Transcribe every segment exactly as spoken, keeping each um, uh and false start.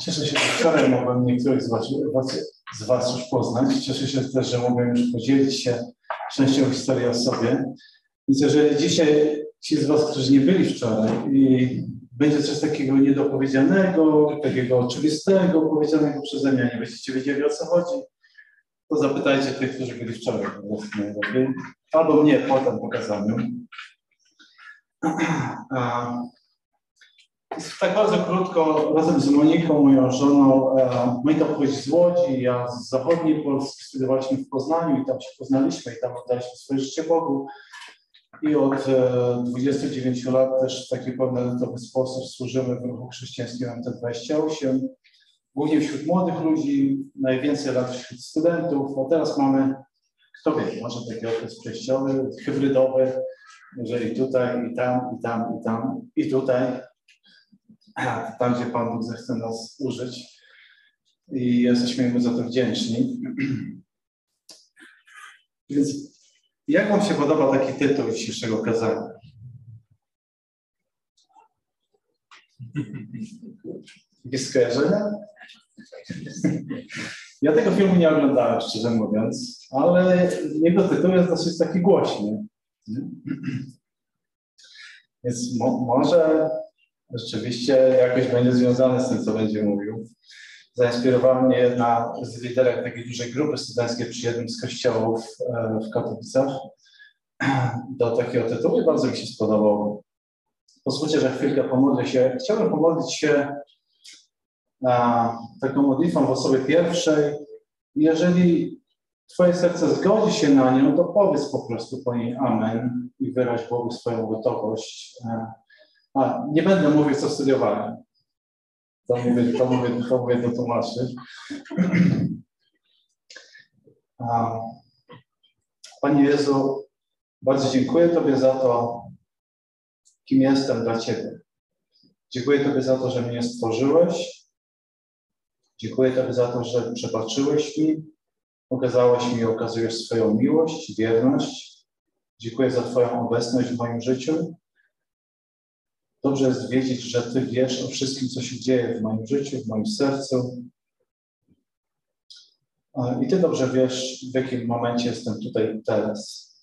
Cieszę się, że wczoraj mogłem niektórych z was, z was już poznać. Cieszę się też, że mogłem już podzielić się częścią historii o sobie. Więc jeżeli dzisiaj ci z was, którzy nie byli wczoraj i będzie coś takiego niedopowiedzianego, takiego oczywistego, powiedzianego przeze mnie, nie będziecie wiedzieli, o co chodzi, to zapytajcie tych, którzy byli wczoraj po prostu najlepiej. Albo mnie potem pokazaniu. Tak bardzo krótko, razem z Moniką, moją żoną, Monika pochodzi z Łodzi, ja z zachodniej Polski, studiowaliśmy w Poznaniu i tam się poznaliśmy i tam oddaliśmy swoje życie Bogu. I od dwudziestu dziewięciu lat też w taki pełnoletnowy sposób służymy w ruchu chrześcijańskim M T dwadzieścia osiem, głównie wśród młodych ludzi, najwięcej lat wśród studentów, a teraz mamy, kto wie, może taki okres przejściowy, hybrydowy, że i tutaj, i tam, i tam, i tam, i tutaj, tam, gdzie Pan Bóg zechce nas użyć i jesteśmy Mu za to wdzięczni. Więc jak Wam się podoba taki tytuł dzisiejszego kazania? Jakieś skojarzenia? Ja tego filmu nie oglądałem, szczerze mówiąc, ale jego tytuł jest dosyć taki głośny. Więc mo może rzeczywiście jakoś będzie związany z tym, co będzie mówił. Zainspirowała mnie jedna z liderek takiej dużej grupy studenckiej przy jednym z kościołów w Katowicach do takiego tytułu i bardzo mi się spodobał. Pozwólcie, że chwilkę pomodlę się. Chciałbym pomodlić się na taką modlitwą w osobie pierwszej. Jeżeli Twoje serce zgodzi się na nią, to powiedz po prostu po niej amen i wyraź Bogu swoją gotowość. A, nie będę mówił, co studiowałem. To mówię, to mówię, to mówię do tłumaczy. Panie Jezu, bardzo dziękuję Tobie za to, kim jestem dla Ciebie. Dziękuję Tobie za to, że mnie stworzyłeś. Dziękuję Tobie za to, że przebaczyłeś mi, okazałeś mi i okazujesz swoją miłość, wierność. Dziękuję za Twoją obecność w moim życiu. Dobrze jest wiedzieć, że Ty wiesz o wszystkim, co się dzieje w moim życiu, w moim sercu. I Ty dobrze wiesz, w jakim momencie jestem tutaj i teraz.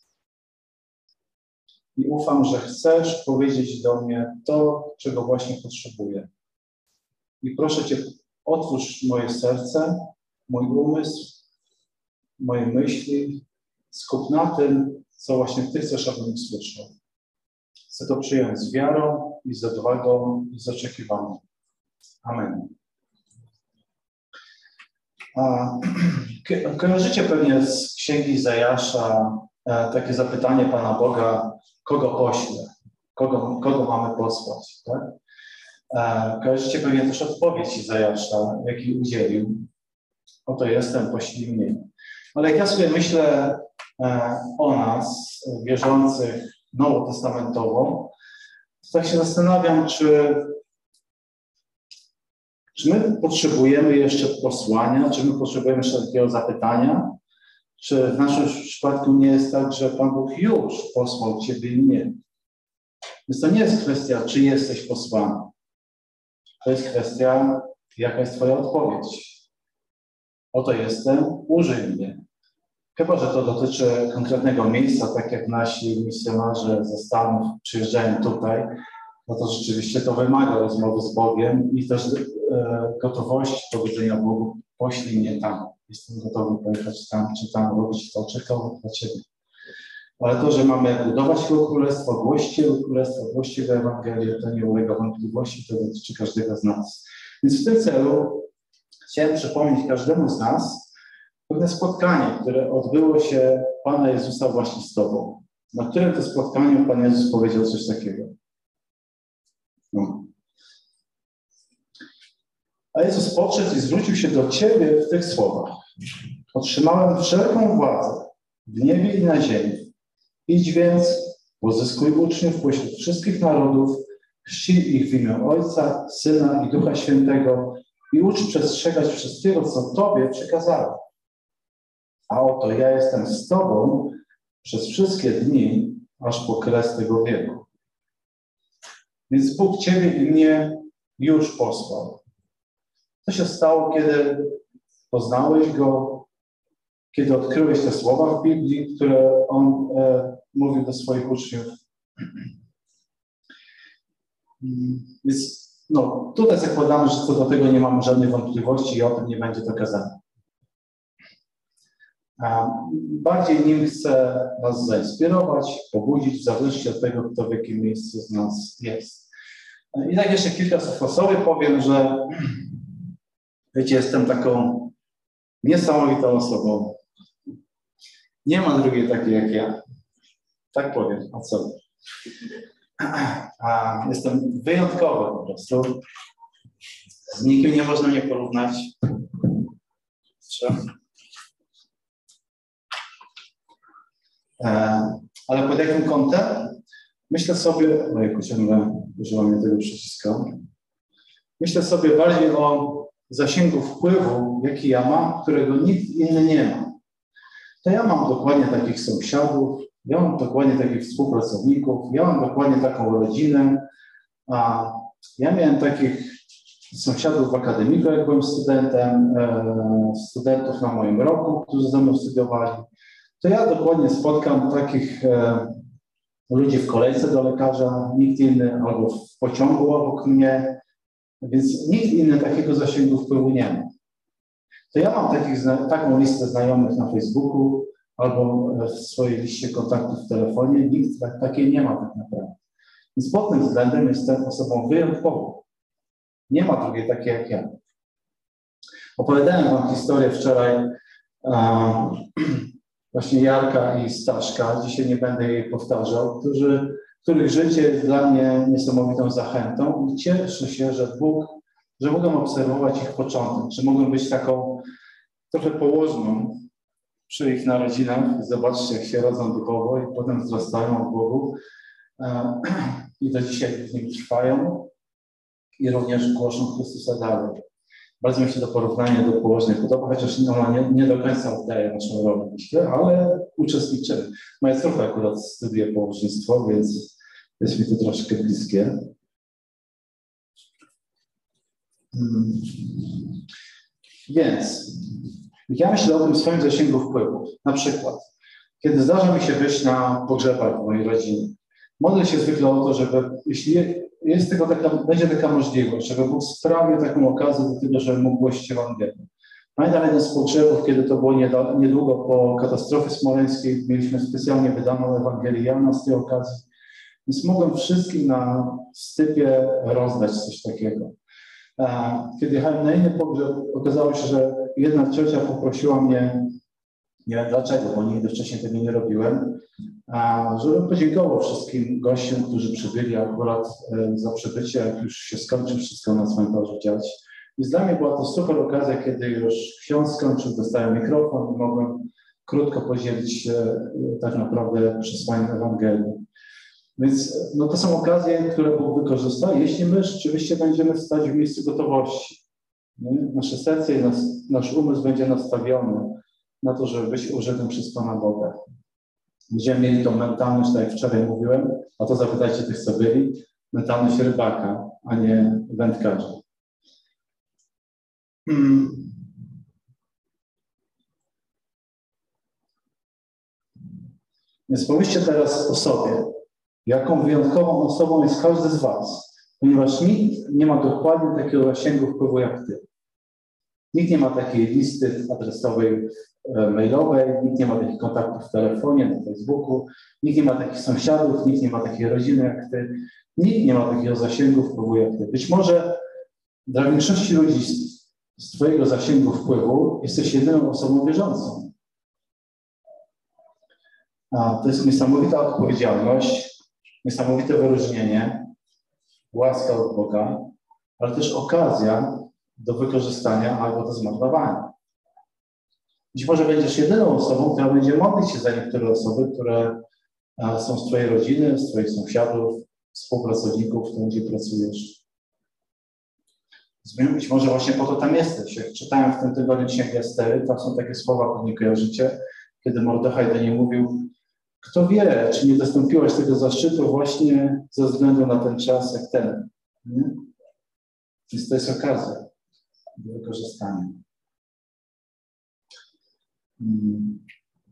I ufam, że chcesz powiedzieć do mnie to, czego właśnie potrzebuję. I proszę Cię, otwórz moje serce, mój umysł, moje myśli, skup na tym, co właśnie Ty chcesz, abym usłyszał. Chcę to przyjąć z wiarą i z odwagą i z oczekiwaniem. Amen. A, ko kojarzycie pewnie z Księgi Izajasza e, takie zapytanie Pana Boga, kogo pośle, kogo, kogo mamy posłać. Tak? E, kojarzycie pewnie też odpowiedź Izajasza, jaki udzielił. Oto jestem, poślij mnie. Ale jak ja sobie myślę e, o nas, wierzących nowotestamentowo, to tak się zastanawiam, czy, czy my potrzebujemy jeszcze posłania, czy my potrzebujemy jeszcze takiego zapytania, czy w naszym przypadku nie jest tak, że Pan Bóg już posłał Ciebie i mnie. Więc to nie jest kwestia, czy jesteś posłany. To jest kwestia, jaka jest Twoja odpowiedź. Oto jestem, użyj mnie. Chyba że to dotyczy konkretnego miejsca, tak jak nasi misjonarze ze Stanów przyjeżdżają tutaj, no to rzeczywiście to wymaga rozmowy z Bogiem i też e, gotowości powiedzenia Bogu, poślij mnie tam. Jestem gotowy pojechać tam, czy tam, robić to, czy to dla Ciebie. Ale to, że mamy budować Jego Królestwo, głosić Jego Królestwo, głosić Jego Ewangelię, to nie ulega wątpliwości, to dotyczy każdego z nas. Więc w tym celu chciałem przypomnieć każdemu z nas pewne spotkanie, które odbyło się Pana Jezusa właśnie z Tobą. Na którym to spotkaniu Pan Jezus powiedział coś takiego. No. A Jezus podszedł i zwrócił się do Ciebie w tych słowach. Otrzymałem wszelką władzę w niebie i na ziemi. Idź więc, pozyskuj uczniów pośród wszystkich narodów, chrzcij ich w imię Ojca, Syna i Ducha Świętego i ucz przestrzegać wszystkiego, co Tobie przykazałem. A oto ja jestem z Tobą przez wszystkie dni, aż po kres tego wieku. Więc Bóg Ciebie i mnie już posłał. To się stało, kiedy poznałeś Go, kiedy odkryłeś te słowa w Biblii, które On e, mówił do swoich uczniów. Więc no, tutaj zakładamy, że co do tego nie mamy żadnej wątpliwości i o tym nie będzie to kazane. Bardziej nim chce nas zainspirować, pobudzić, w zależności od tego, kto w jakim miejscu z nas jest. I tak jeszcze kilka słów o sobie powiem, że wiecie, jestem taką niesamowitą osobą. Nie ma drugiej takiej jak ja. Tak powiem o sobie. A jestem wyjątkowy po prostu. Z nikim nie można mnie porównać. E, ale pod jakim kątem? Myślę sobie, ojejku, ciągle używam mnie tego przyciska. Myślę sobie bardziej o zasięgu wpływu, jaki ja mam, którego nikt inny nie ma. To ja mam dokładnie takich sąsiadów, ja mam dokładnie takich współpracowników, ja mam dokładnie taką rodzinę. A ja miałem takich sąsiadów w akademiku, jak byłem studentem, e, studentów na moim roku, którzy ze mną studiowali. To ja dokładnie spotkam takich e, ludzi w kolejce do lekarza, nikt inny, albo w pociągu obok mnie, więc nikt inny takiego zasięgu wpływu nie ma. To ja mam takich, taką listę znajomych na Facebooku albo w swojej liście kontaktów w telefonie, nikt tak, takiej nie ma tak naprawdę. Więc pod tym względem jestem osobą wyjątkową. Nie ma drugiej takiej jak ja. Opowiadałem wam historię wczoraj a, właśnie Jarka i Staszka, dzisiaj nie będę jej powtarzał, którzy, których życie jest dla mnie niesamowitą zachętą i cieszę się, że Bóg, że mogę obserwować ich początek, że mogę być taką trochę położną przy ich narodzinach. Zobaczcie, jak się rodzą duchowo i potem wzrastają w Bogu i do dzisiaj z nim trwają i również głoszą Chrystusa dalej. Bardzo mi się to porównanie do położnej podoba, chociaż ona nie, nie do końca oddaje naszą rolę, myślę, ale uczestniczymy. Moja córka akurat studiuje położnictwo, więc jest mi to troszkę bliskie. Hmm. Więc ja myślę o tym swoim zasięgu wpływu. Na przykład, kiedy zdarza mi się być na pogrzebach w mojej rodzinie, modlę się zwykle o to, żeby, jeśli jest tylko taka, będzie taka możliwość, żeby Bóg sprawił taką okazję do tego, żeby mógł głosić Ewangelię. Pamiętam jeden z pogrzebów, kiedy to było niedługo po katastrofie smoleńskiej, mieliśmy specjalnie wydaną Ewangelię Jana z tej okazji, więc mogłem wszystkim na stypie rozdać coś takiego. Kiedy jechałem na inny pogrzeb, okazało się, że jedna ciocia poprosiła mnie, nie wiem dlaczego, bo nigdy wcześniej tego nie robiłem, żebym podziękował wszystkim gościom, którzy przybyli akurat za przybycie, jak już się skończy wszystko na cmentarzu dziać. I dla mnie była to super okazja, kiedy już ksiądz skończył, dostałem mikrofon i mogłem krótko podzielić się tak naprawdę przesłaniem Ewangelii. Więc no, to są okazje, które Bóg wykorzysta, jeśli my rzeczywiście będziemy stać w miejscu gotowości. Nie? Nasze serce i nas, nasz umysł będzie nastawiony na to, żeby być użytym przez Pana Boga. Będziemy mieli tą mentalność, tak jak wczoraj mówiłem, a to zapytajcie tych, co byli, mentalność rybaka, a nie wędkarza. Hmm. Więc pomyślcie teraz o sobie. Jaką wyjątkową osobą jest każdy z was, ponieważ nikt nie ma dokładnie takiego zasięgu wpływu jak ty. Nikt nie ma takiej listy adresowej, e, mailowej, nikt nie ma takich kontaktów w telefonie, na Facebooku, nikt nie ma takich sąsiadów, nikt nie ma takiej rodziny jak ty, nikt nie ma takiego zasięgu wpływu jak ty. Być może dla większości ludzi z, z twojego zasięgu wpływu jesteś jedyną osobą wierzącą. A to jest niesamowita odpowiedzialność, niesamowite wyróżnienie, łaska od Boga, ale też okazja do wykorzystania albo do zmarnowania. Być może będziesz jedyną osobą, która będzie modlić się za niektóre osoby, które są z twojej rodziny, z twoich sąsiadów, współpracowników, tam gdzie pracujesz. Być może właśnie po to tam jesteś. Jak czytałem w tym tygodniu Księgę Estery, tam są takie słowa, pewnie kojarzycie, kiedy Mordechaj do niej mówił: kto wie, czy nie dostąpiłaś tego zaszczytu właśnie ze względu na ten czas jak ten. Nie? Więc to jest okazja. do wykorzystania. Hmm.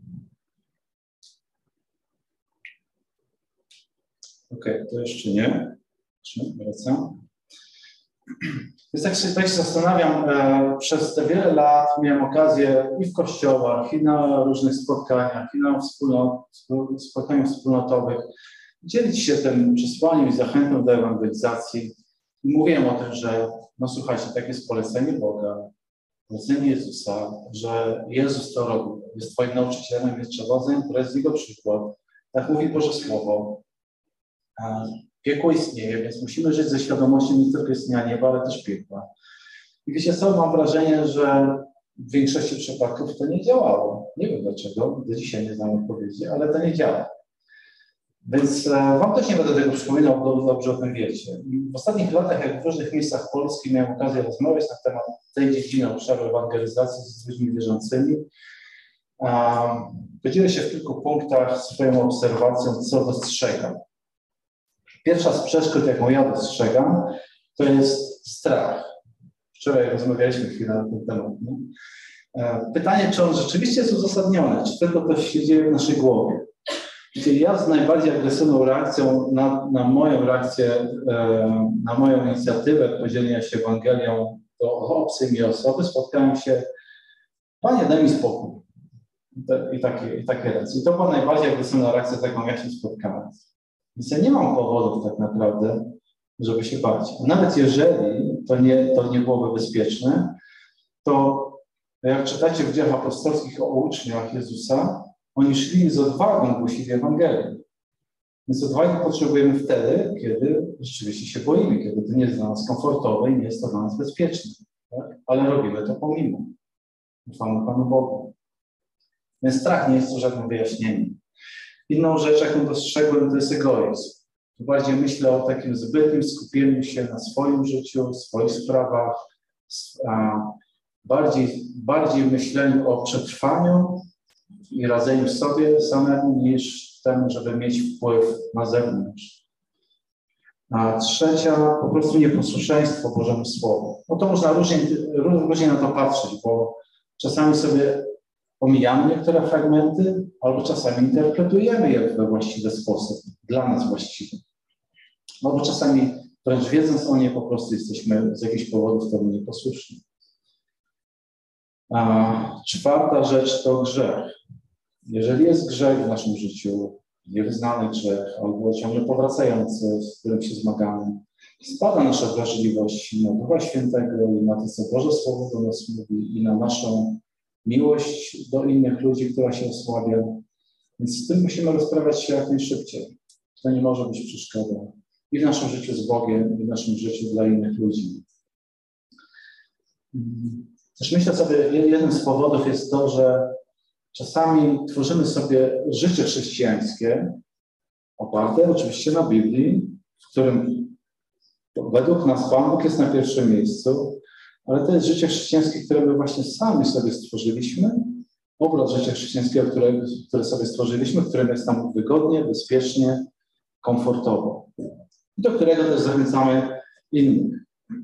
Okej, okay, to jeszcze nie. Wracam. Więc tak się, tak się zastanawiam, e, przez te wiele lat miałem okazję i w kościołach, i na różnych spotkaniach, i na wspólnot, spotkaniach wspólnotowych dzielić się tym przesłaniem i zachętą do ewangelizacji. I mówiłem o tym, że no słuchajcie, takie jest polecenie Boga, polecenie Jezusa, że Jezus to robił, jest Twoim nauczycielem, jest przewodzeniem, to jest Jego przykład. Tak mówi Boże Słowo. Piekło istnieje, więc musimy żyć ze świadomością nie tylko istnienia nieba, ale też piekła. I wiecie co, mam wrażenie, że w większości przypadków to nie działało. Nie wiem dlaczego, do dzisiaj nie znam odpowiedzi, ale to nie działa. Więc e, wam też nie będę tego przypominał, bo dobrze o tym wiecie. I w ostatnich latach, jak w różnych miejscach Polski miałem okazję rozmawiać na temat tej dziedziny obszaru ewangelizacji z ludźmi wierzącymi, um, podzielę się w kilku punktach swoją obserwacją, co dostrzegam. Pierwsza z przeszkód, jaką ja dostrzegam, to jest strach. Wczoraj rozmawialiśmy chwilę na ten temat. Nie? Pytanie, czy on rzeczywiście jest uzasadniony, czy tylko to się dzieje w naszej głowie. Wiecie, ja z najbardziej agresywną reakcją na, na moją reakcję, na moją inicjatywę podzielenia się Ewangelią do obcej mi osoby spotkałem się, Panie, daj mi spokój. I takie, i takie racje. I to była najbardziej agresywna reakcja, z jaką ja się spotkałem. Więc ja nie mam powodów tak naprawdę, żeby się bać. A nawet jeżeli to nie, to nie byłoby bezpieczne, to jak czytacie w Dziejach Apostolskich o uczniach Jezusa, oni szli z odwagą głosili Ewangelię. Więc odwagi potrzebujemy wtedy, kiedy rzeczywiście się boimy, kiedy to nie jest dla nas komfortowe i nie jest to dla nas bezpieczne. Tak? Ale robimy to pomimo. Ufamy Panu Bogu. Więc strach nie jest to żadnym wyjaśnieniem. Inną rzecz, jaką dostrzegłem, to jest egoizm. Tu bardziej myślę o takim zbytnim skupieniu się na swoim życiu, swoich sprawach, a bardziej, bardziej myśleniu o przetrwaniu i radzeniu sobie samemu, niż temu, żeby mieć wpływ na zewnątrz. A trzecia, po prostu nieposłuszeństwo Bożemu Słowu. No to można różnie, różnie na to patrzeć, bo czasami sobie omijamy niektóre fragmenty, albo czasami interpretujemy je we właściwy sposób, dla nas właściwy. Albo czasami, wręcz wiedząc o nie, po prostu jesteśmy z jakichś powodów temu nieposłuszni. A czwarta rzecz to grzech. Jeżeli jest grzech w naszym życiu, niewyznany grzech, albo ciągle powracający, z którym się zmagamy, spada nasza wrażliwość na Ducha Świętego i na to, co Boże Słowo do nas mówi, i na naszą miłość do innych ludzi, która się osłabia. Więc z tym musimy rozprawiać się jak najszybciej. To nie może być przeszkodą i w naszym życiu z Bogiem, i w naszym życiu dla innych ludzi. Też myślę sobie, jednym z powodów jest to, że czasami tworzymy sobie życie chrześcijańskie, oparte oczywiście na Biblii, w którym według nas Pan Bóg jest na pierwszym miejscu, ale to jest życie chrześcijańskie, które my właśnie sami sobie stworzyliśmy, obraz życia chrześcijańskiego, które, które sobie stworzyliśmy, w którym jest nam wygodnie, bezpiecznie, komfortowo. I do którego też zachęcamy innych.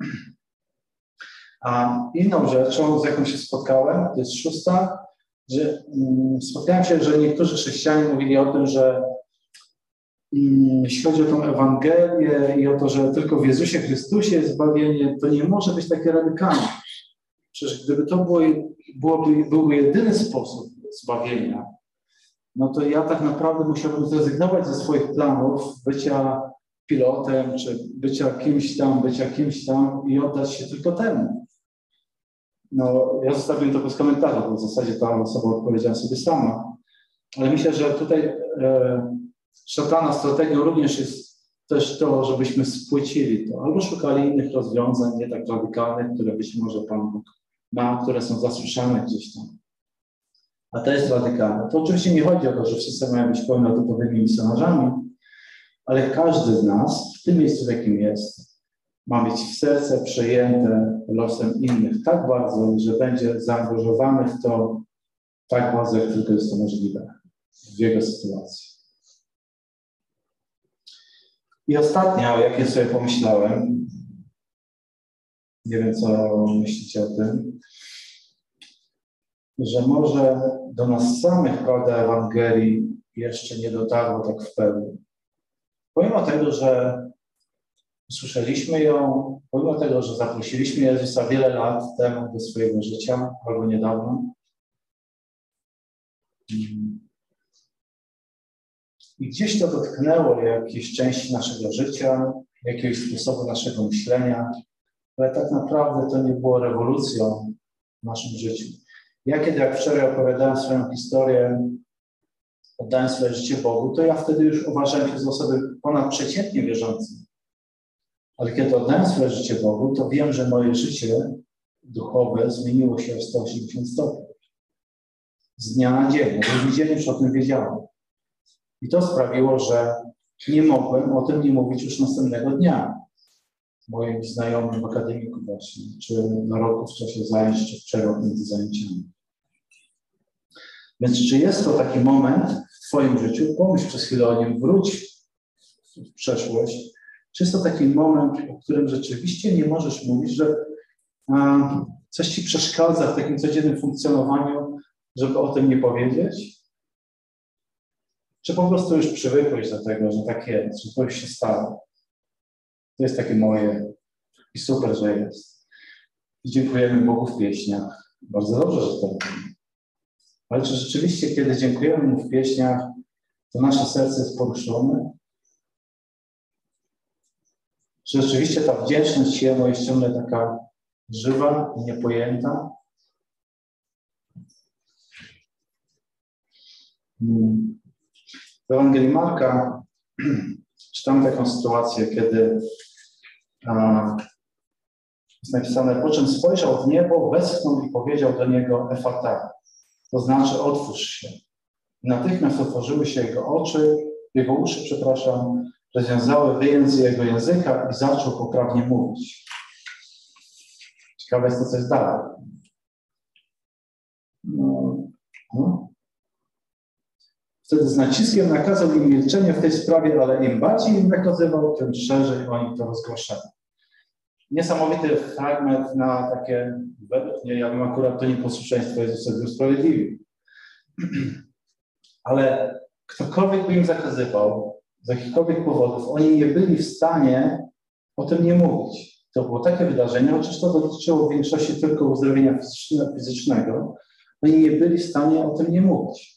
A inną rzeczą, z jaką się spotkałem, to jest szósta, że mm, spotkałem się, że niektórzy chrześcijanie mówili o tym, że mm, jeśli chodzi o tę Ewangelię i o to, że tylko w Jezusie Chrystusie jest zbawienie, to nie może być takie radykalne. Przecież gdyby to było, byłoby, byłby jedyny sposób zbawienia, no to ja tak naprawdę musiałbym zrezygnować ze swoich planów bycia pilotem, czy bycia kimś tam, bycia kimś tam i oddać się tylko temu. No, ja zostawiłem to bez komentarza, bo w zasadzie ta osoba odpowiedziała sobie sama. Ale myślę, że tutaj e, szatana strategią również jest też to, żebyśmy spłycili to, albo szukali innych rozwiązań, nie tak radykalnych, które być może Pan Bóg ma, które są zasłyszane gdzieś tam. A to jest radykalne. To oczywiście nie chodzi o to, że wszyscy mają być pełnotypowymi misjonarzami, ale każdy z nas, w tym miejscu, w jakim jest, ma mieć w serce przejęte losem innych tak bardzo, że będzie zaangażowany w to tak bardzo, jak tylko jest to możliwe w jego sytuacji. I ostatnia, o jakiej sobie pomyślałem, Nie wiem, co myślicie o tym. Że może do nas samych prawda Ewangelii jeszcze nie dotarło tak w pełni. Pomimo tego, że usłyszeliśmy ją, pomimo tego, że zaprosiliśmy Jezusa wiele lat temu do swojego życia, albo niedawno, i gdzieś to dotknęło jakiejś części naszego życia, jakiegoś sposobu naszego myślenia, ale tak naprawdę to nie było rewolucją w naszym życiu. Ja kiedy jak wczoraj opowiadałem swoją historię, oddałem swoje życie Bogu, to ja wtedy już uważałem się za osobę ponadprzeciętnie wierzącą. Ale kiedy oddałem swoje życie Bogu, to wiem, że moje życie duchowe zmieniło się o sto osiemdziesiąt stopni. Z dnia na dzień. Bo dzień już o tym wiedziałem. I to sprawiło, że nie mogłem o tym nie mówić już następnego dnia. Moim znajomym w akademiku właśnie, czy na roku w czasie zajęć, czy w przerwach między zajęciami. Więc czy jest to taki moment w Twoim życiu, pomyśl przez chwilę o nim, wróć w przeszłość, czy jest to taki moment, o którym rzeczywiście nie możesz mówić, że a, coś Ci przeszkadza w takim codziennym funkcjonowaniu, żeby o tym nie powiedzieć? Czy po prostu już przywykłeś do tego, że tak jest, że to już się stało? To jest takie moje i super, że jest. I dziękujemy Bogu w pieśniach. Bardzo dobrze, że to robimy. Ale czy rzeczywiście, kiedy dziękujemy Mu w pieśniach, to nasze serce jest poruszone? Czy rzeczywiście ta wdzięczność Jemu jest ciągle taka żywa i niepojęta? W Ewangelii Marka czytam taką sytuację, kiedy a, jest napisane, po czym spojrzał w niebo, westchnął i powiedział do niego Efata, to znaczy otwórz się. I natychmiast otworzyły się jego oczy, jego uszy, przepraszam, rozwiązały wyjęzy jego języka i zaczął poprawnie mówić. Ciekawe jest to, co jest dalej. No, no. Wtedy z naciskiem nakazał im milczenie w tej sprawie, ale im bardziej im nakazywał, tym szerzej oni to rozgłaszali. Niesamowity fragment na takie, według mnie, ja bym akurat to nieposłuszeństwo Jezusowi usprawiedliwił. Ale ktokolwiek by im zakazywał, z jakichkolwiek powodów, oni nie byli w stanie o tym nie mówić. To było takie wydarzenie, chociaż to dotyczyło w większości tylko uzdrowienia fizycznego, oni nie byli w stanie o tym nie mówić.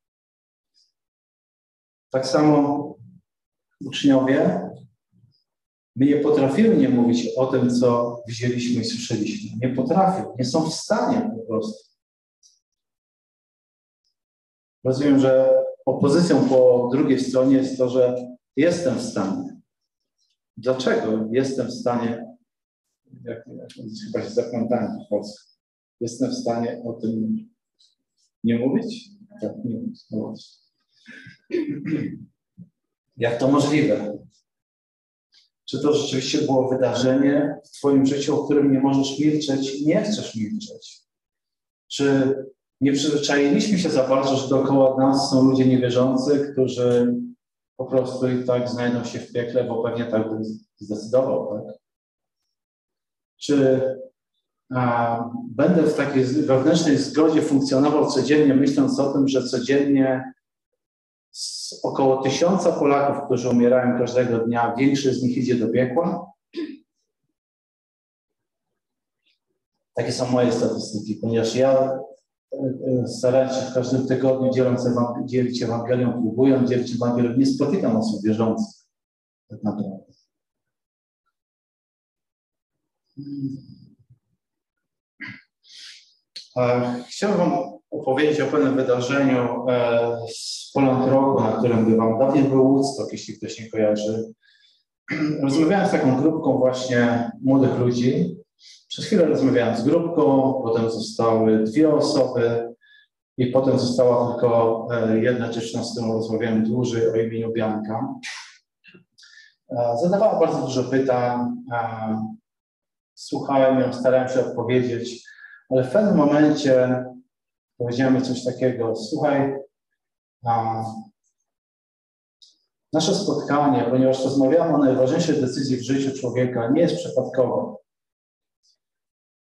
Tak samo uczniowie, my nie potrafimy nie mówić o tym, co widzieliśmy i słyszeliśmy. Nie potrafią, nie są w stanie po prostu. Rozumiem, że opozycją po drugiej stronie jest to, że jestem w stanie. Dlaczego jestem w stanie, jak, jak chyba się zaplątałem po polsku, jestem w stanie o tym nie mówić? Tak, nie mówić. No właśnie. Jak to możliwe? Czy to rzeczywiście było wydarzenie w Twoim życiu, o którym nie możesz milczeć i nie chcesz milczeć? Czy nie przyzwyczailiśmy się za bardzo, że dookoła nas są ludzie niewierzący, którzy po prostu i tak znajdą się w piekle, bo pewnie tak bym zdecydował, tak? Czy a, będę w takiej wewnętrznej zgodzie funkcjonował codziennie, myśląc o tym, że codziennie z około tysiąca Polaków, którzy umierają każdego dnia, większość z nich idzie do piekła? Takie są moje statystyki, ponieważ ja starając się w każdym tygodniu, dzieląc Ewangel- dzielić Ewangelią, próbując dzielić Ewangelią, nie spotykam osób wierzących. Tak naprawdę. Chciałbym Wam opowiedzieć o pewnym wydarzeniu z Poland Roku, na którym bywam. Dawniej był Woodstock, jeśli ktoś nie kojarzy. Rozmawiałem z taką grupką właśnie młodych ludzi. Przez chwilę rozmawiałem z grupką, potem zostały dwie osoby i potem została tylko jedna dziewczyna, z którą rozmawiałem dłużej, o imieniu Bianka. Zadawała bardzo dużo pytań, słuchałem ją, starałem się odpowiedzieć, ale w pewnym momencie powiedziałem coś takiego, słuchaj, nasze spotkanie, ponieważ rozmawiamy o najważniejszej decyzji w życiu człowieka, nie jest przypadkowe.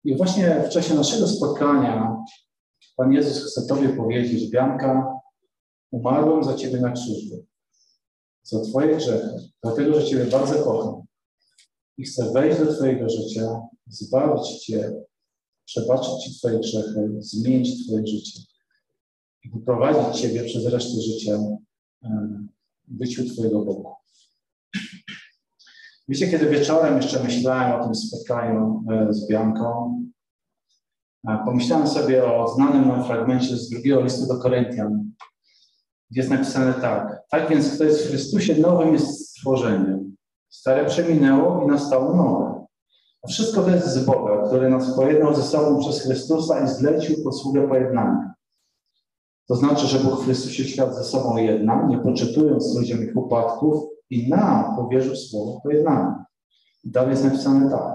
I właśnie w czasie naszego spotkania Pan Jezus chce Tobie powiedzieć: Bianka, umarłem za Ciebie na krzyżu, za Twoje grzechy, dlatego, że Ciebie bardzo kocham i chcę wejść do Twojego życia, zbawić Cię, przebaczyć Ci Twoje grzechy, zmienić Twoje życie i poprowadzić Ciebie przez resztę życia w byciu Twojego Boga. Wiecie, kiedy wieczorem jeszcze myślałem o tym spotkaniu z Bianką, pomyślałem sobie o znanym nam fragmencie z drugiego listu do Koryntian, gdzie jest napisane tak: tak więc kto jest w Chrystusie, nowym jest stworzeniem. Stare przeminęło i nastało nowe. A wszystko to jest z Boga, który nas pojednał ze sobą przez Chrystusa i zlecił posługę pojednania. To znaczy, że Bóg w Chrystusie świat ze sobą jedna, nie poczytując ludziom ich upadków, i nam powierzył słowo pojednania. I dalej jest napisane tak: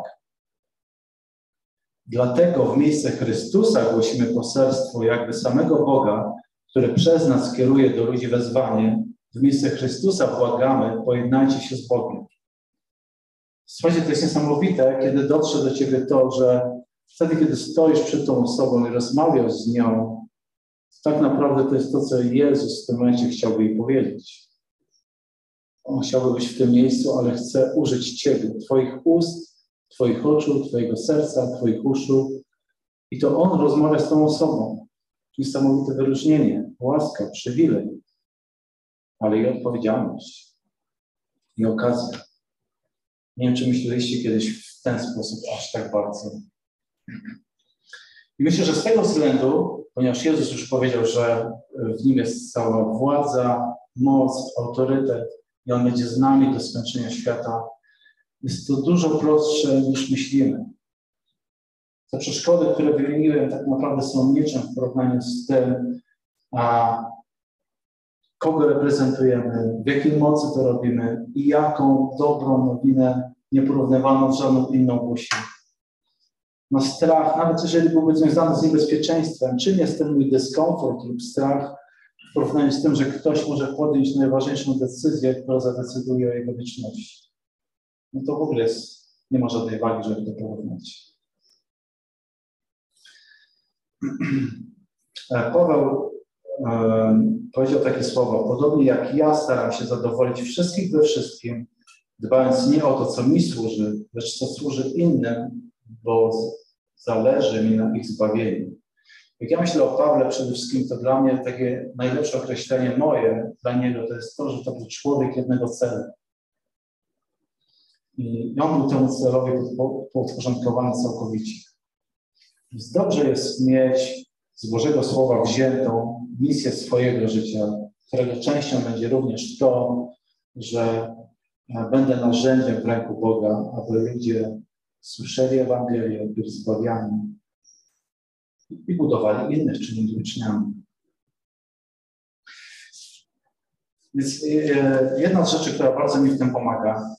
dlatego w miejsce Chrystusa głosimy poselstwo jakby samego Boga, który przez nas kieruje do ludzi wezwanie. W miejsce Chrystusa błagamy, pojednajcie się z Bogiem. Słuchajcie, to jest niesamowite, kiedy dotrze do Ciebie to, że wtedy, kiedy stoisz przed tą osobą i rozmawiasz z nią, tak naprawdę to jest to, co Jezus w tym momencie chciałby jej powiedzieć. On chciałby być w tym miejscu, ale chce użyć Ciebie, Twoich ust, Twoich oczu, Twojego serca, Twoich uszu. I to On rozmawia z tą osobą. Niesamowite wyróżnienie, łaska, przywilej, ale i odpowiedzialność, i okazja. Nie wiem, czy myśleliście kiedyś w ten sposób aż tak bardzo. I myślę, że z tego względu, ponieważ Jezus już powiedział, że w Nim jest cała władza, moc, autorytet i On będzie z nami do skończenia świata, jest to dużo prostsze niż myślimy. Te przeszkody, które wymieniłem, tak naprawdę są niczym w porównaniu z tym, a kogo reprezentujemy, w jakiej mocy to robimy i jaką dobrą nowinę, nieporównywaną z żadną inną głosimy. No strach, nawet jeżeli byłby związany z niebezpieczeństwem, czym jest ten mój dyskomfort lub strach w porównaniu z tym, że ktoś może podjąć najważniejszą decyzję, która zadecyduje o jego wieczności. No to w ogóle jest, nie ma żadnej wagi, żeby to porównać. Paweł e, powiedział takie słowa: podobnie jak ja staram się zadowolić wszystkich we wszystkim, dbając nie o to, co mi służy, lecz co służy innym, bo zależy mi na ich zbawieniu. Jak ja myślę o Pawle przede wszystkim, to dla mnie takie najlepsze określenie moje dla niego to jest to, że to był człowiek jednego celu. I on był temu celowi podporządkowany całkowicie. Więc dobrze jest mieć z Bożego Słowa wziętą misję swojego życia, którego częścią będzie również to, że będę narzędziem w ręku Boga, aby ludzie słyszeli Ewangelię, byli zbawiani i budowali innych, czynili uczniami. Więc jedna z rzeczy, która bardzo mi w tym pomaga,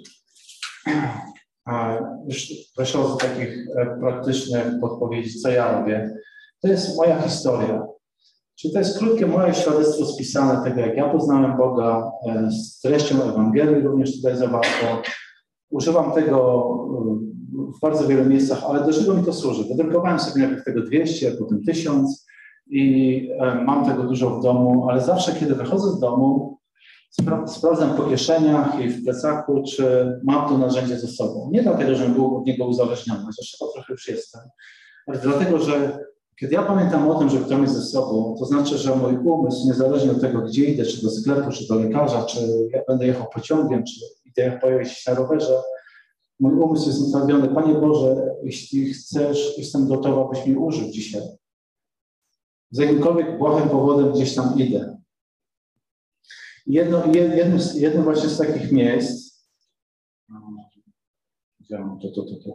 już proszę o takich praktycznych podpowiedzi, co ja robię, to jest moja historia. Czyli to jest krótkie moje świadectwo spisane tego, jak ja poznałem Boga, z treścią Ewangelii również tutaj zawarto. Używam tego w bardzo wielu miejscach, ale do czego mi to służy? Wydrukowałem sobie najpierw tego dwieście, potem tysiąc i mam tego dużo w domu, ale zawsze, kiedy wychodzę z domu, spra sprawdzam po kieszeniach i w plecaku, czy mam to narzędzie ze sobą. Nie dlatego, żebym był od niego uzależniony, chociaż chyba trochę już jestem, ale dlatego, że kiedy ja pamiętam o tym, że to jest ze sobą, to znaczy, że mój umysł, niezależnie od tego, gdzie idę, czy do sklepu, czy do lekarza, czy ja będę jechał pociągiem, czy idę pojawić się na rowerze, mój umysł jest nastawiony: Panie Boże, jeśli chcesz, jestem gotowy, abyś mnie użył dzisiaj. Z jakimkolwiek błahym powodem gdzieś tam idę. Jedno, jedno, jedno właśnie z takich miejsc, widziałem to, to, to, to.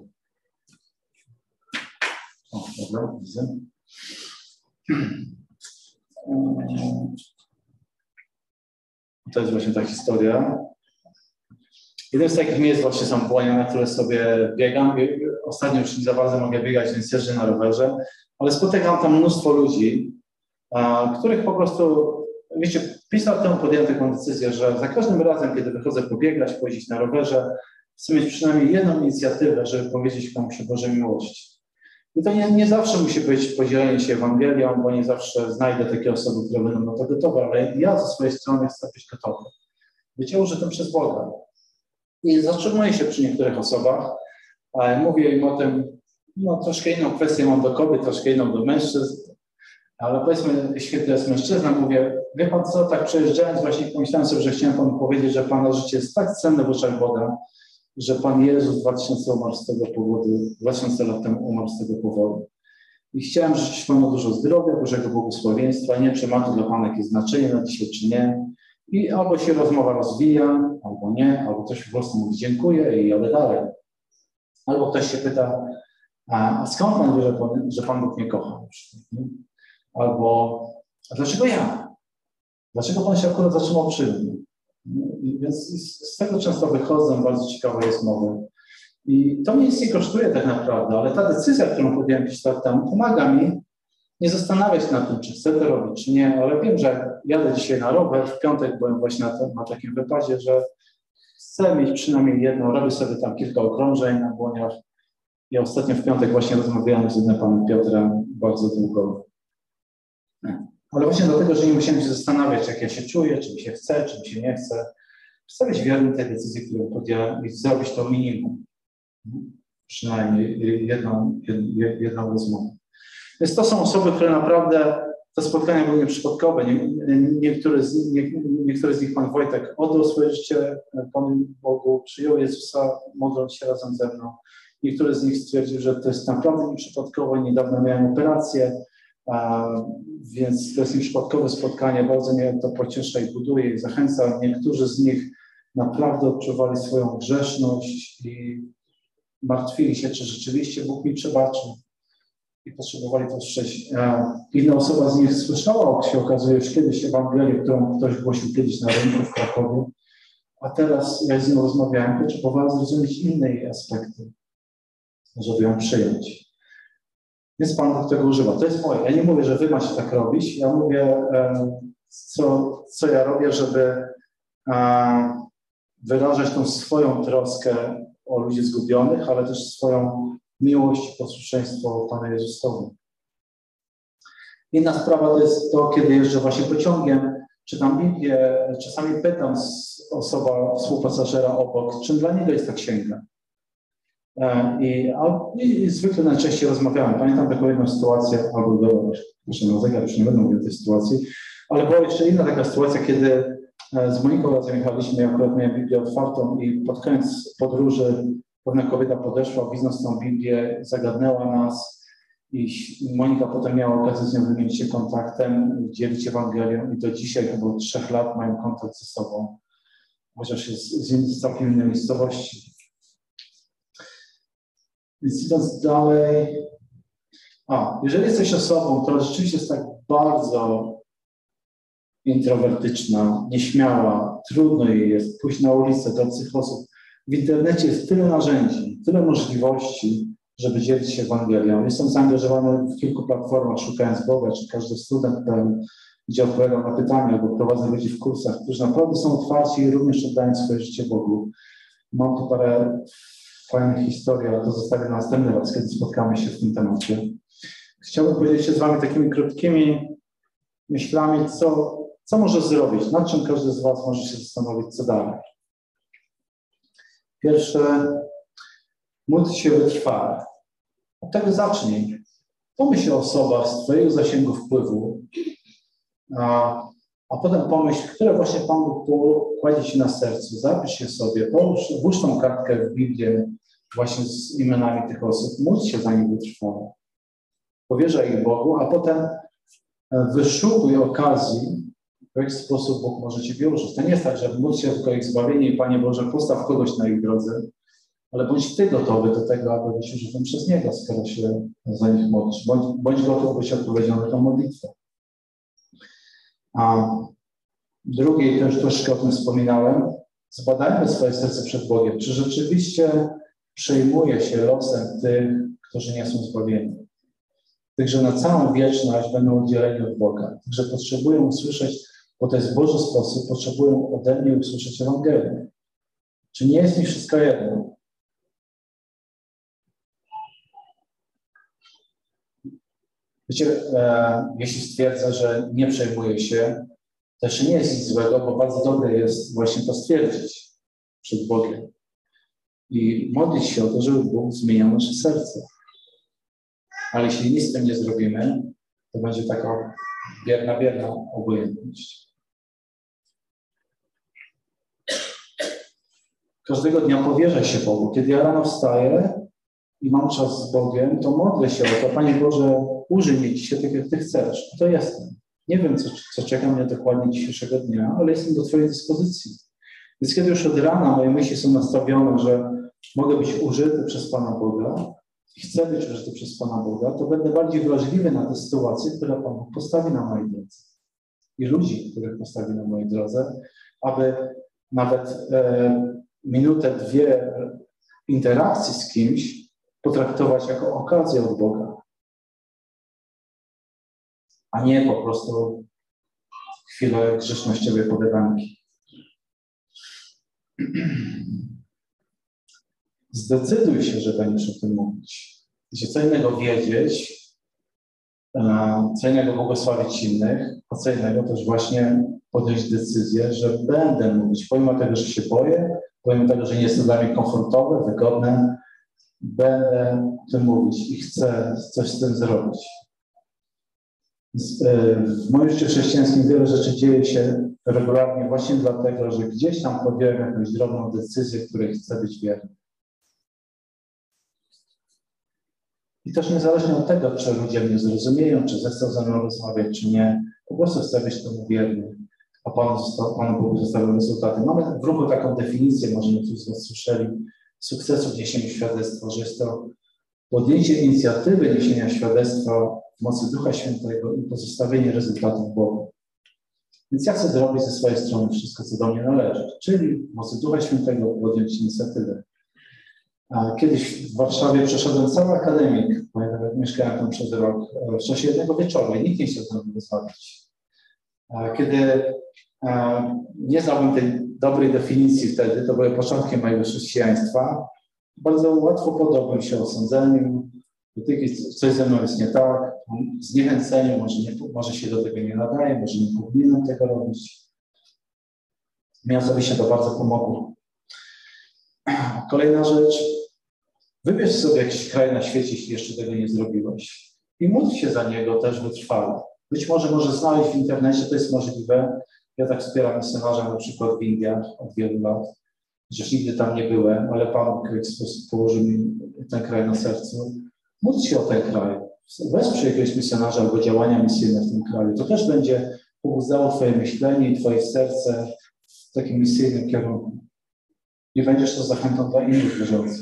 O, dobra, widzę. To jest właśnie ta historia. Jednym z takich miejsc właśnie są Błonia, na które sobie biegam. Ostatnio już nie za bardzo mogę biegać, więc jeżdżę na rowerze, ale spotykam tam mnóstwo ludzi, a, których po prostu, wiecie, pięć lat temu podjąłem taką decyzję, że za każdym razem, kiedy wychodzę pobiegać, pojeździć na rowerze, chcę mieć przynajmniej jedną inicjatywę, żeby powiedzieć komuś o Bożej miłości. I to nie, nie zawsze musi być podzielenie się Ewangelią, bo nie zawsze znajdę takie osoby, które będą na to gotowe, ale ja ze swojej strony chcę być gotowy. Bycie użytym przez Boga. I zatrzymuję się przy niektórych osobach, ale mówię im o tym, no troszkę inną kwestię mam do kobiet, troszkę inną do mężczyzn, ale powiedzmy, jeśli to jest mężczyzna, mówię, wie pan co, tak przejeżdżając właśnie pomyślałem sobie, że chciałem panu powiedzieć, że pana życie jest tak cenne w oczach Boga, że Pan Jezus dwa tysiące umarł z tego powodu, dwa tysiące lat temu umarł z tego powodu. I chciałem życzyć Panu dużo zdrowia, Bożego błogosławieństwa. Nie wiem, czy ma to dla Pana jakieś znaczenie na dzisiaj, czy nie. I albo się rozmowa rozwija, albo nie, albo ktoś po prostu mówi dziękuję i jadę dalej. Albo ktoś się pyta, a skąd Pan wie, że Pan, że Pan Bóg mnie kocha? Albo, a dlaczego ja? Dlaczego Pan się akurat zatrzymał przy mnie? Więc z tego często wychodzą, bardzo ciekawe jest mowy. I to mnie nic nie kosztuje tak naprawdę, ale ta decyzja, którą podjąłem jakiś czas temu, pomaga mi nie zastanawiać się nad tym, czy chcę to robić, czy nie, ale wiem, że jadę dzisiaj na rower, w piątek byłem właśnie na, na takim wypadzie, że chcę mieć przynajmniej jedno, robię sobie tam kilka okrążeń na błoniach. Ja ostatnio w piątek właśnie rozmawiałem z jednym panem Piotrem bardzo długo. Ale właśnie dlatego, że nie musiałem się zastanawiać, jak ja się czuję, czy mi się chce, czy mi się nie chce. Chcę być wierny tej decyzji, którą podjąłem i zrobić to minimum. Przynajmniej jedną, jedną rozmowę. Więc to są osoby, które naprawdę, te spotkania były nieprzypadkowe. Nie, niektóre, z, nie, niektóre z nich Pan Wojtek oddał swoje życie Panu Bogu, przyjął Jezusa, modląc się razem ze mną. Niektóre z nich stwierdził, że to jest naprawdę nieprzypadkowe. Niedawno miałem operację, a, więc to jest nieprzypadkowe spotkanie. Bardzo mnie to pociesza i buduje i zachęca. Niektórzy z nich naprawdę odczuwali swoją grzeszność i martwili się, czy rzeczywiście Bóg mi przebaczy. I potrzebowali to usłyszeć. Inna osoba z nich słyszała, jak się okazuje, już kiedyś Ewangelię, którą ktoś głosił kiedyś na rynku w Krakowie, a teraz, jak z nią rozmawiałem, potrzebowała zrozumieć inne jej aspekty, żeby ją przyjąć. Więc Pan do tego używa. To jest moje. Ja nie mówię, że wy macie tak robić. Ja mówię, co, co ja robię, żeby wyrażać tą swoją troskę o ludzi zgubionych, ale też swoją miłość i posłuszeństwo Panu Jezusowi. Inna sprawa to jest to, kiedy jeżdżę właśnie pociągiem, czytam Biblię, czasami pytam osoba, współpasażera obok, czym dla niego jest ta księga. I, i, i zwykle najczęściej rozmawiałem. Pamiętam taką jedną sytuację, albo dobra, proszę na zegar, już nie będę mówił o tej sytuacji, ale była jeszcze inna taka sytuacja, kiedy z Moniką razem jechaliśmy, ja akurat miałem Biblię otwartą i pod koniec podróży pewna kobieta podeszła, widząc tą Biblię, zagadnęła nas i Monika potem miała okazję z nią wymienić się kontaktem, dzielić Ewangelią i do dzisiaj, chyba od trzech lat, mają kontakt ze sobą, chociaż jest z całkiem innej miejscowości. Więc idąc dalej, a, jeżeli jesteś osobą, która rzeczywiście jest tak bardzo introwertyczna, nieśmiała, trudno jej jest pójść na ulicę do obcych osób. W internecie jest tyle narzędzi, tyle możliwości, żeby dzielić się Ewangelią. Jestem zaangażowany w kilku platformach, szukając Boga, czy każdy student, gdzie odpowiadam na pytania, albo prowadzę ludzi w kursach, którzy naprawdę są otwarci i również oddają swoje życie Bogu. Mam tu parę fajnych historii, ale to zostawię na następny raz, kiedy spotkamy się w tym temacie. Chciałbym podzielić się z wami takimi krótkimi myślami, co, co może zrobić, nad czym każdy z was może się zastanowić, co dalej. Pierwsze, módl się wytrwale. Od tego zacznij. Pomyśl o osobach z twojego zasięgu wpływu, a, a potem pomyśl, które właśnie Pan Bóg kładzie ci na sercu. Zapisz je sobie, połóż, włóż tą kartkę w Biblię właśnie z imionami tych osób. Módl się za nich wytrwale. Powierzaj ich Bogu, a potem wyszukuj okazji, w jaki sposób Bóg może ciebie użyć. To nie jest tak, że módl się tylko o ich zbawienie i Panie Boże, postaw kogoś na ich drodze, ale bądź Ty gotowy do tego, aby być użytym przez Niego, skoro się za nich modlisz. Bądź, bądź gotowy być odpowiedzią na tę modlitwę. A drugie, też troszkę o tym wspominałem, zbadajmy swoje serce przed Bogiem. Czy rzeczywiście przejmuje się losem tych, którzy nie są zbawieni? Tych, że na całą wieczność będą oddzieleni od Boga. Tych, że potrzebują usłyszeć, bo to jest Boży sposób, potrzebują ode mnie usłyszeć Ewangelię. Czy nie jest mi wszystko jedno? Wiecie, e, jeśli stwierdzę, że nie przejmuję się, to jeszcze nie jest nic złego, bo bardzo dobre jest właśnie to stwierdzić przed Bogiem. I modlić się o to, żeby Bóg zmieniał nasze serce. Ale jeśli nic z tym nie zrobimy, to będzie taka bierna, bierna obojętność. Każdego dnia powierzę się Bogu. Kiedy ja rano wstaję i mam czas z Bogiem, to modlę się o to, Panie Boże, użyj mnie dzisiaj tak, jak Ty chcesz. To jestem. Nie wiem, co, co czeka mnie dokładnie dzisiejszego dnia, ale jestem do Twojej dyspozycji. Więc kiedy już od rana moje myśli są nastawione, że mogę być użyty przez Pana Boga i chcę być użyty przez Pana Boga, to będę bardziej wrażliwy na te sytuacje, które Pan Bóg postawi na mojej drodze. I ludzi, których postawi na mojej drodze, aby nawet e, minutę, dwie interakcji z kimś potraktować jako okazję od Boga. A nie po prostu chwilę grzesznościowej pogadanki. Zdecyduj się, że będziesz o tym mówić. Wiecie, co innego wiedzieć, co innego błogosławić innych, a co innego też właśnie podjąć decyzję, że będę mówić. Pomimo tego, że się boję, pomimo tego, że nie jest to dla mnie komfortowe, wygodne, będę o tym mówić i chcę coś z tym zrobić. W moim życiu chrześcijańskim wiele rzeczy dzieje się regularnie właśnie dlatego, że gdzieś tam podjąłem jakąś drobną decyzję, której chcę być wierny. I też niezależnie od tego, czy ludzie mnie zrozumieją, czy zechcą ze mną rozmawiać, czy nie, po prostu chcę być temu wierny, a Panu, Panu Bogu zostawią rezultaty. Mamy w ruchu taką definicję, może niektórzy z Was słyszeli, sukcesu w niesieniu świadectwa, że jest to podjęcie inicjatywy niesienia świadectwa w mocy Ducha Świętego i pozostawienie rezultatów Bogu. Więc ja chcę zrobić ze swojej strony wszystko, co do mnie należy, czyli w mocy Ducha Świętego podjąć inicjatywę. Kiedyś w Warszawie przeszedłem cały akademik, bo ja nawet mieszkałem tam przez rok, w czasie jednego wieczoru i nikt nie chciał ze mną rozmawiać. Kiedy nie znałbym tej dobrej definicji wtedy, to były początki mojego chrześcijaństwa, bardzo łatwo poddałbym się osądzeniu, coś ze mną jest nie tak, zniechęceniu, może, nie, może się do tego nie nadaje, może nie powinienem tego robić. Mi osobiście to bardzo pomogło. Kolejna rzecz. Wybierz sobie jakiś kraj na świecie, jeśli jeszcze tego nie zrobiłeś. I módl się za niego też wytrwale. Być może może znaleźć w internecie, to jest możliwe. Ja tak wspieram misjonarza na przykład w Indiach od wielu lat. Chociaż nigdy tam nie byłem, ale Pan w jakiś sposób położył mi ten kraj na sercu. Módl się o ten kraj. Wesprzyj jakiegoś misjonarza albo działania misyjne w tym kraju. To też będzie pobudzało Twoje myślenie i Twoje serce w takim misyjnym kierunku. I będziesz to zachętą dla innych wierzących.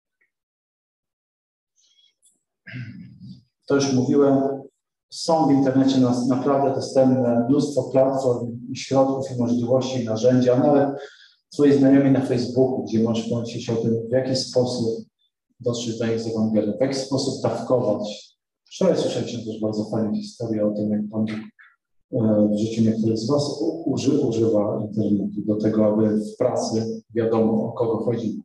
To już mówiłem, są w internecie naprawdę dostępne mnóstwo platform, środków i możliwości, narzędzia, nawet Twoi znajomi na Facebooku, gdzie możesz pomyśleć o tym, w jaki sposób dotrzeć do nich z Ewangelii, w jaki sposób dawkować. Wczoraj słyszeliśmy też bardzo fajną historię o tym, jak Pan w życiu niektórych z Was uży, używa internetu do tego, aby w pracy wiadomo, o kogo chodzi.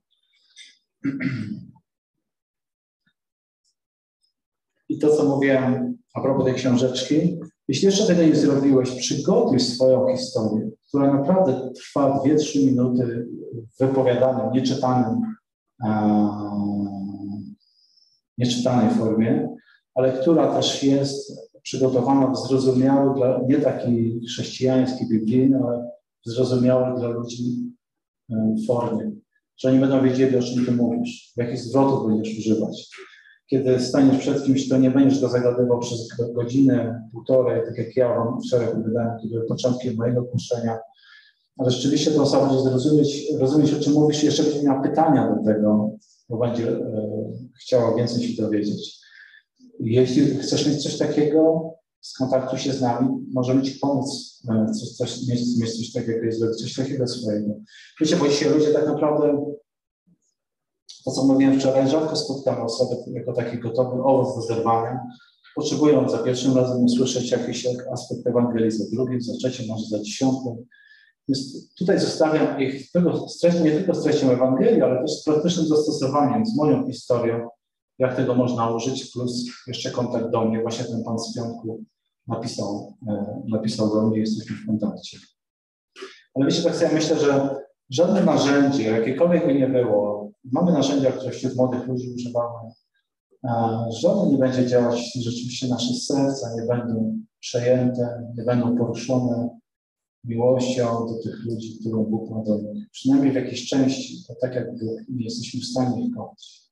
I to, co mówiłem a propos tej książeczki, jeśli jeszcze tego nie zrobiłeś, przygotuj swoją historię, która naprawdę trwa dwie trzy minuty w wypowiadanym, nieczytanym, e, nieczytanej formie, ale która też jest przygotowana w zrozumiały, dla, nie taki chrześcijański, biblijny, ale zrozumiały dla ludzi e, formie. Że oni będą wiedzieli, o czym Ty mówisz, w jakich zwrotów będziesz używać. Kiedy staniesz przed kimś, to nie będziesz go zagadywał przez godzinę, półtorej, tak jak ja Wam wczoraj opowiadałem, kiedy były początkiem mojego puszczenia. Ale rzeczywiście to osoba będzie zrozumieć, rozumieć, o czym mówisz i jeszcze będzie miała pytania do tego, bo będzie e, chciała więcej się dowiedzieć. Jeśli chcesz mieć coś takiego, skontaktuj się z nami, możemy Ci pomóc e, coś, coś, mieć, mieć coś takiego i zrobić coś takiego swojego. Wiecie, bo dzisiaj ludzie tak naprawdę, to co mówiłem wczoraj, rzadko spotkamy osoby jako taki gotowy owoc do zerwania. Potrzebują za pierwszym razem usłyszeć jakiś aspekt Ewangelii, za drugim, za trzecim, może za dziesiątym. Więc tutaj zostawiam ich tylko z treścią, nie tylko z treścią Ewangelii, ale też z praktycznym zastosowaniem, z moją historią, jak tego można użyć, plus jeszcze kontakt do mnie. Właśnie ten pan z piątku napisał, napisał do mnie, jesteśmy w kontakcie. Ale wiecie, tak sobie myślę, że żadne narzędzie, jakiekolwiek by nie było, mamy narzędzia, które wśród młodych ludzi używamy, żadne nie będzie działać, rzeczywiście nasze serca nie będą przejęte, nie będą poruszone miłością do tych ludzi, którą Bóg ma do nich. Przynajmniej w jakiejś części, to tak jakby nie jesteśmy w stanie ich kochać.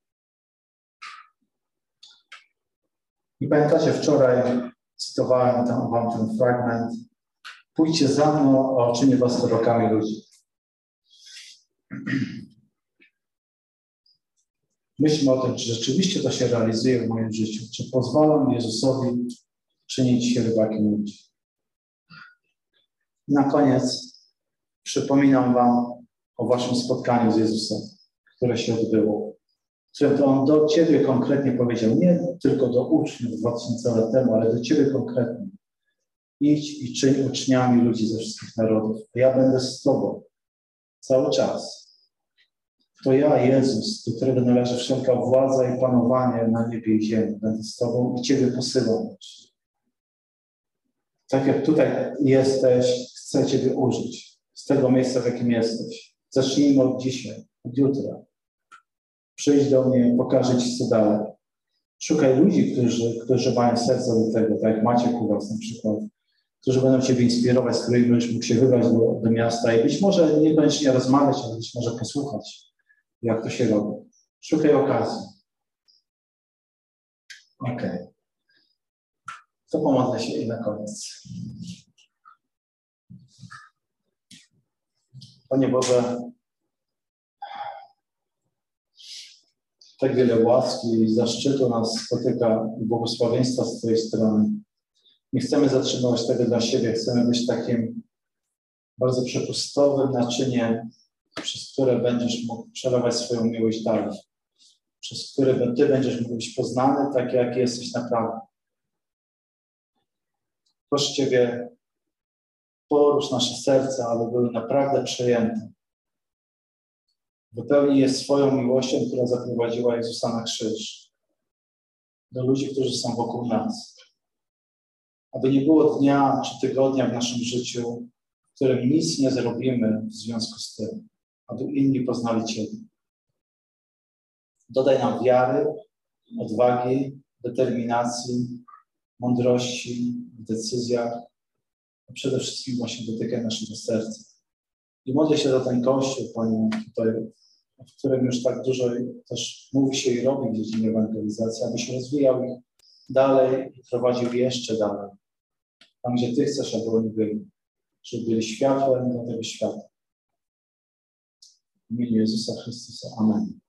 I pamiętacie, wczoraj cytowałem tam, wam ten fragment. Pójdźcie za mną, a uczynię was prorokami ludzi. Myślmy o tym, czy rzeczywiście to się realizuje w moim życiu. Czy pozwalam Jezusowi czynić się rybakiem ludzi. I na koniec przypominam wam o waszym spotkaniu z Jezusem, które się odbyło. Które to On do ciebie konkretnie powiedział, nie tylko do uczniów dwa tysiące lat temu, ale do ciebie konkretnie. Idź i czyń uczniami ludzi ze wszystkich narodów. A ja będę z tobą cały czas. To ja, Jezus, do którego należy wszelka władza i panowanie na niebie i ziemi. Będę z tobą i ciebie posyłam. Tak jak tutaj jesteś, chcę ciebie użyć. Z tego miejsca, w jakim jesteś. Zacznijmy od dzisiaj, od jutra. Przyjdź do mnie, pokażę ci, co dalej. Szukaj ludzi, którzy, którzy mają serce do tego, tak jak Maciek u was na przykład, którzy będą ciebie inspirować, z którymi będziesz mógł się wybrać do, do miasta i być może niekoniecznie rozmawiać, ale być może posłuchać, jak to się robi. Szukaj okazji. Okej. Okay. To pomodlę się i na koniec. Panie Boże, tak wiele łaski i zaszczytu nas spotyka i błogosławieństwa z Twojej strony. Nie chcemy zatrzymywać tego dla siebie, chcemy być takim bardzo przepustowym naczyniem, przez które będziesz mógł przelewać swoją miłość dalej, przez które Ty będziesz mógł być poznany tak, jak jesteś naprawdę. Proszę Ciebie, porusz nasze serca, aby były naprawdę przejęte. Wypełnij je swoją miłością, która zaprowadziła Jezusa na krzyż. Do ludzi, którzy są wokół nas. Aby nie było dnia czy tygodnia w naszym życiu, w którym nic nie zrobimy w związku z tym, aby inni poznali Ciebie. Dodaj nam wiary, odwagi, determinacji, mądrości w decyzjach, a przede wszystkim właśnie dotykaj naszego serca. I modlę się za ten Kościół, Panie, tutaj, w którym już tak dużo też mówi się i robi w dziedzinie ewangelizacji, abyś rozwijał ich dalej i prowadził jeszcze dalej. Tam, gdzie Ty chcesz, aby oni byli. Żeby byli światłem dla tego świata. W imieniu Jezusa Chrystusa. Amen.